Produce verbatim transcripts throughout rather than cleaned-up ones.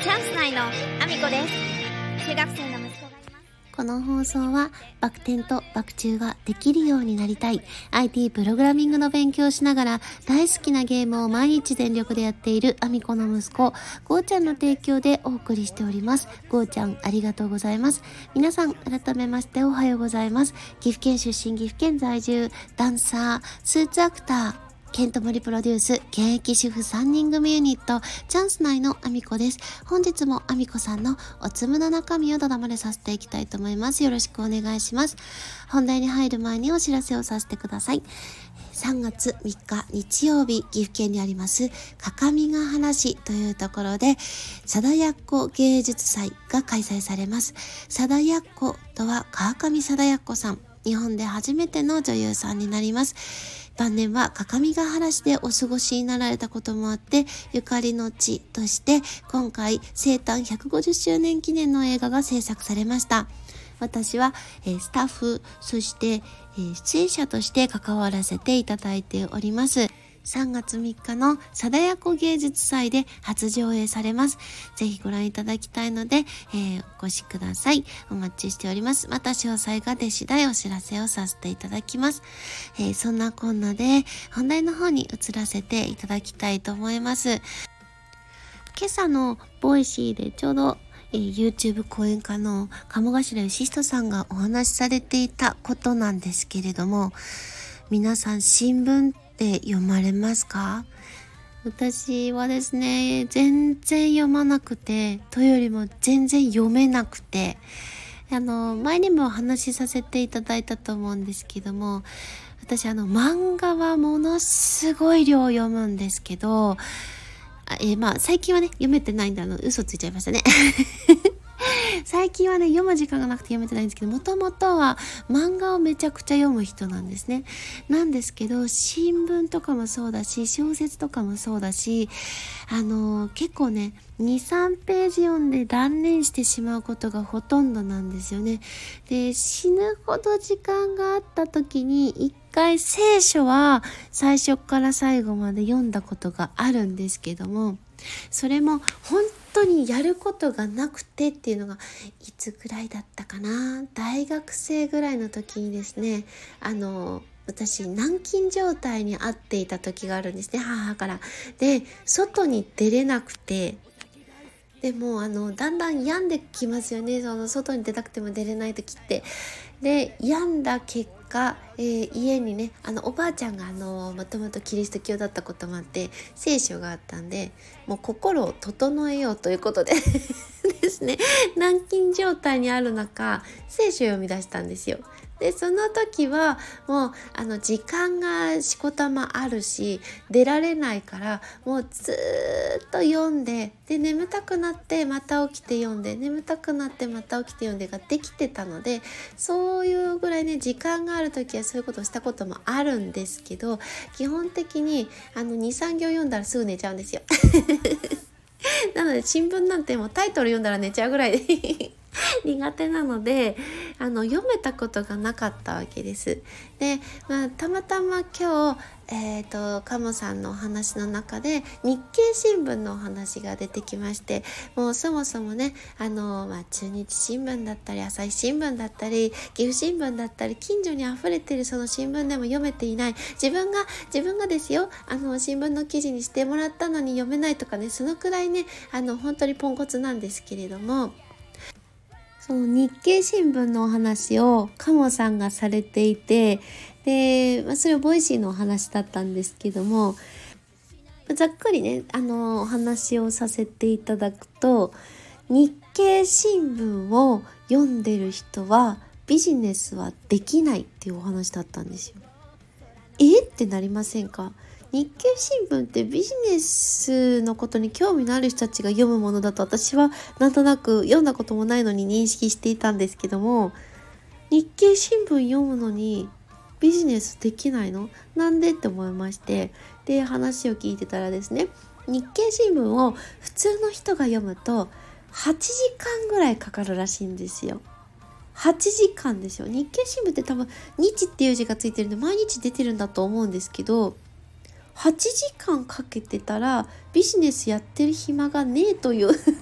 チャンス内のアミコです。中学生の息子がいます。 この放送はバク転とバク宙ができるようになりたい アイティー プログラミングの勉強をしながら大好きなゲームを毎日全力でやっているアミコの息子ゴーちゃんの提供でお送りしております。ゴーちゃんありがとうございます。皆さん改めましておはようございます。岐阜県出身、岐阜県在住、ダンサー、スーツアクター、ケントモリプロデュース、現役主婦さんにん組ユニット、チャンス内のアミコです。本日もアミコさんのおつむの中身をだだ漏れさせていきたいと思います。よろしくお願いします。本題に入る前にお知らせをさせてください。さんがつみっか日曜日、岐阜県にあります各務原市というところで貞奴芸術祭が開催されます。貞奴とは川上貞奴さん、日本で初めての女優さんになります。晩年は各務原市でお過ごしになられたこともあってゆかりの地として今回生誕ひゃくごじゅっしゅうねん記念の映画が制作されました。私は、えー、スタッフそして、えー、出演者として関わらせていただいております。さんがつみっかの貞奴芸術祭で初上映されます。ぜひご覧いただきたいので、えー、お越しください。お待ちしております。また詳細が出次第お知らせをさせていただきます。えー、そんなこんなで本題の方に移らせていただきたいと思います。今朝のボイシーでちょうどえー、YouTube 講演家の鴨頭義人さんがお話しされていたことなんですけれども、皆さん新聞って読まれますか？私はですね、全然読まなくて、というよりも全然読めなくて、あの前にもお話しさせていただいたと思うんですけども、私あの漫画はものすごい量読むんですけど、えー、まあ最近はね読めてないんだ、あの嘘ついちゃいましたね最近はね読む時間がなくて読めてないんですけど、もともとは漫画をめちゃくちゃ読む人なんですね。なんですけど新聞とかもそうだし小説とかもそうだし、あのー、結構ね に,さん ページ読んで断念してしまうことがほとんどなんですよね。で、死ぬほど時間があった時に一回聖書は最初から最後まで読んだことがあるんですけども、それも本当にやることがなくてっていうのがいつぐらいだったかな、大学生ぐらいの時にですね、あの私軟禁状態にあっていた時があるんですね、母から。で、外に出れなくて、でもあのだんだん病んできますよね、その外に出たくても出れない時って。で、病んだ結果、えー、家にね、あのおばあちゃんがあのもともとキリスト教だったこともあって聖書があったんで、もう心を整えようということでですね、軟禁状態にある中聖書を読み出したんですよ。で、その時はもうあの時間がしこたまあるし出られないから、もうずーっと読んで、で眠たくなってまた起きて読んで、眠たくなってまた起きて読んでができてたので、そういうぐらいね時間がある時はそういうことをしたこともあるんですけど、基本的にあの に,さん 行読んだらすぐ寝ちゃうんですよなので新聞なんてもうタイトル読んだら寝ちゃうぐらいで苦手なので、あの読めたことがなかったわけです。で、まあ、たまたま今日えーと、カモさんのお話の中で日経新聞のお話が出てきまして、もうそもそもね、あの、まあ、中日新聞だったり朝日新聞だったり岐阜新聞だったり近所にあふれてるその新聞でも読めていない、自分が自分がですよ、あの新聞の記事にしてもらったのに読めないとかね、そのくらいね、あの本当にポンコツなんですけれども、その日経新聞のお話をカモさんがされていて、で、まあ、それはボイシーのお話だったんですけども、ざっくりね、あのお話をさせていただくと、日経新聞を読んでる人はビジネスはできないっていうお話だったんですよ。えってなりませんか？日経新聞ってビジネスのことに興味のある人たちが読むものだと私はなんとなく読んだこともないのに認識していたんですけども、日経新聞読むのにビジネスできないの？なんでって思いまして、で話を聞いてたらですね、日経新聞を普通の人が読むとはちじかんぐらいかかるらしいんですよ。はちじかんですよ。日経新聞って多分日っていう字がついてるんで毎日出てるんだと思うんですけど、はちじかんかけてたらビジネスやってる暇がねえという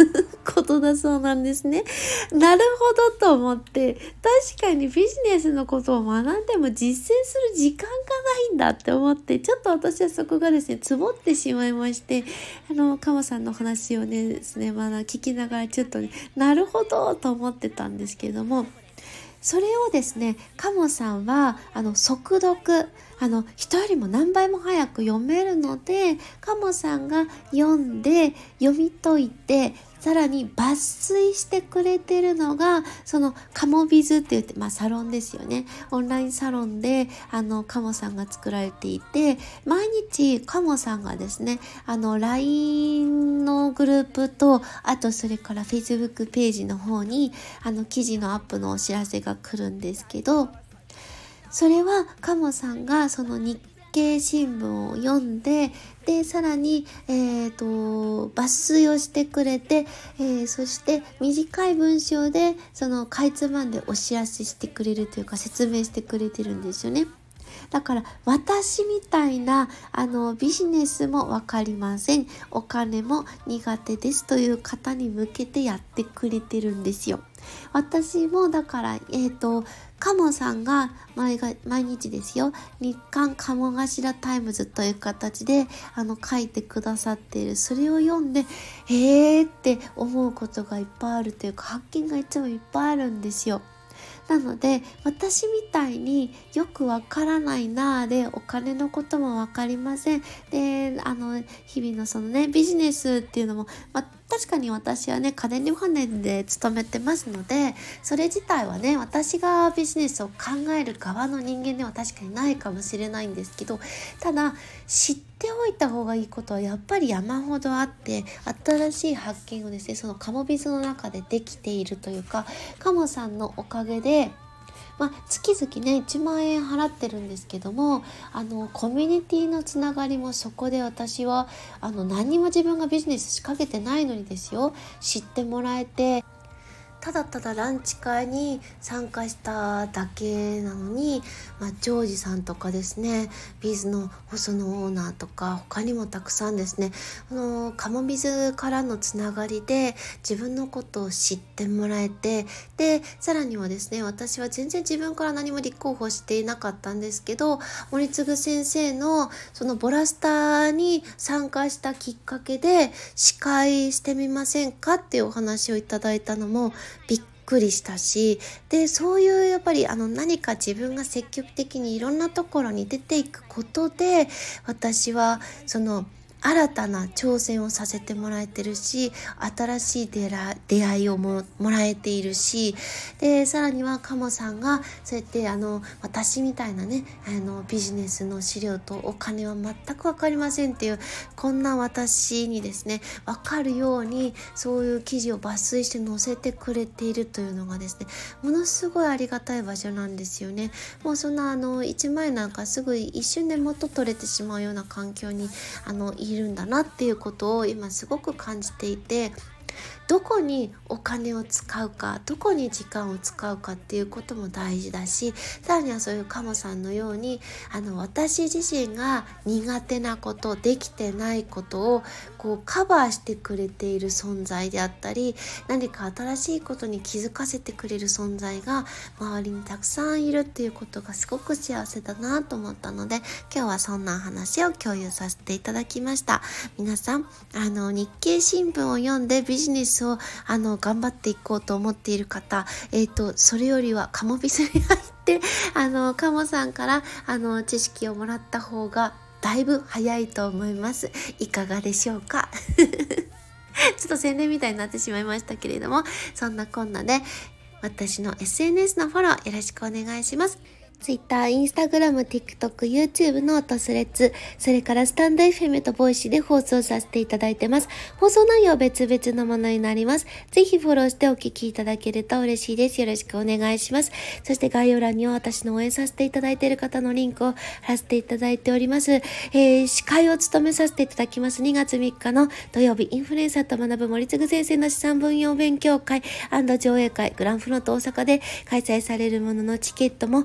ことだそうなんですね。なるほどと思って、確かにビジネスのことを学んでも実践する時間がないんだって思って、ちょっと私はそこがですね、つぼってしまいまして、あの、カモさんの話をねですね、まだ聞きながらちょっとね、なるほどと思ってたんですけども、それをですね、カモさんはあの速読、あの人よりも何倍も早く読めるので、カモさんが読んで読み解いて、さらに抜粋してくれてるのがそのカモビズって言って、まあサロンですよね。オンラインサロンであのカモさんが作られていて、毎日カモさんがですね、あの ライン のグループと、あとそれから Facebook ページの方にあの記事のアップのお知らせが来るんですけど、それはカモさんがその日経新聞を読んで、でさらに、えー、と抜粋をしてくれて、えー、そして短い文章でそのかいつまんでお知らせしてくれるというか、説明してくれてるんですよね。だから私みたいなあのビジネスもわかりません、お金も苦手ですという方に向けてやってくれてるんですよ。私もだからえっ、ー、とカモさんが 毎, が毎日ですよ、日刊カモ頭タイムズという形であの書いてくださっている、それを読んでへーって思うことがいっぱいあるというか、発見がいつもいっぱいあるんですよ。なので私みたいによくわからないなーで、お金のこともわかりませんで、あの日々のそのねビジネスっていうのも、まあ、確かに私はね家電量販店で勤めてますので、それ自体はね私がビジネスを考える側の人間では確かにないかもしれないんですけど、ただ知っておいた方がいいことはやっぱり山ほどあって、新しい発見をですねそのカモビズの中でできているというか、カモさんのおかげでまあ、月々ねいちまんえん払ってるんですけども、あのコミュニティのつながりもそこで私はあの何も自分がビジネス仕掛けてないのにですよ、知ってもらえて、ただただランチ会に参加しただけなのに、まあ、ジョージさんとかですね、ビーズの細野オーナーとか他にもたくさんですね、あのカモビズからのつながりで自分のことを知ってもらえて、でさらにはですね、私は全然自分から何も立候補していなかったんですけど、森次先生のそのボラスタに参加したきっかけで司会してみませんかっていうお話をいただいたのもびっくりしたし、でそういうやっぱりあの何か自分が積極的にいろんなところに出ていくことで、私はその新たな挑戦をさせてもらえてるし、新しい出ら出会いを も, もらえているし、でさらにはカモさんがそうやってあの私みたいなねあのビジネスの資料とお金は全く分かりませんっていう、こんな私にですね分かるようにそういう記事を抜粋して載せてくれているというのがですね、ものすごいありがたい場所なんですよね。もうそんなあのいちまんえんなんかすぐ一瞬で元取れてしまうような環境にあのいるいるんだなっていうことを今すごく感じていて、どこにお金を使うか、どこに時間を使うかっていうことも大事だし、さらにはそういうカモさんのようにあの私自身が苦手なこと、できてないことをこうカバーしてくれている存在であったり、何か新しいことに気づかせてくれる存在が周りにたくさんいるっていうことがすごく幸せだなと思ったので、今日はそんな話を共有させていただきました。皆さんあの日経新聞を読んでビジネスをあの頑張っていこうと思っている方、えーと、それよりはカモビスに入ってあのカモさんからあの知識をもらった方がだいぶ早いと思います。いかがでしょうかちょっと宣伝みたいになってしまいましたけれども、そんなこんなで私の エスエヌエス のフォローよろしくお願いします。Twitter、Instagram、TikTok、YouTube のトスレッツ、それからスタンド エフエム とボイシーで放送させていただいてます。放送内容は別々のものになります。ぜひフォローしてお聞きいただけると嬉しいです。よろしくお願いします。そして概要欄には私の応援させていただいている方のリンクを貼らせていただいております。えー、司会を務めさせていただきますにがつみっかの土曜日、インフルエンサーと学ぶ森次先生の資産分用勉強会&上映会、グランフロント大阪で開催されるもののチケットも、えー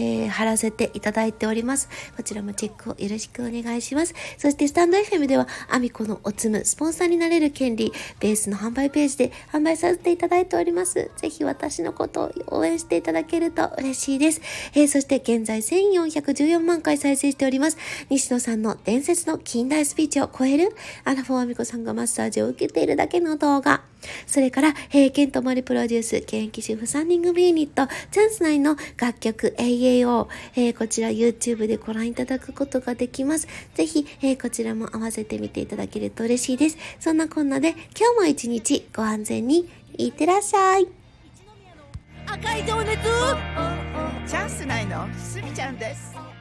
えー、貼らせていただいております。こちらもチェックをよろしくお願いします。そしてスタンド エフエム ではアミコのおつむスポンサーになれる権利ベースの販売ページで販売させていただいております。ぜひ私のことを応援していただけると嬉しいです。えー、そして現在せんよんひゃくじゅうよんまんかい再生しております西野さんの伝説の近代スピーチを超えるアラフォーアミコさんがマッサージを受けているだけの動画、それから、えー、ケントモリプロデュース現役主婦さんにん組ユニットチャンス内の楽曲 エーエーオー、えー、こちら YouTube でご覧いただくことができます。ぜひ、えー、こちらも合わせてみていただけると嬉しいです。そんなこんなで今日も一日ご安全にいってらっしゃい。 赤い情熱チャンス内のすみちゃんです。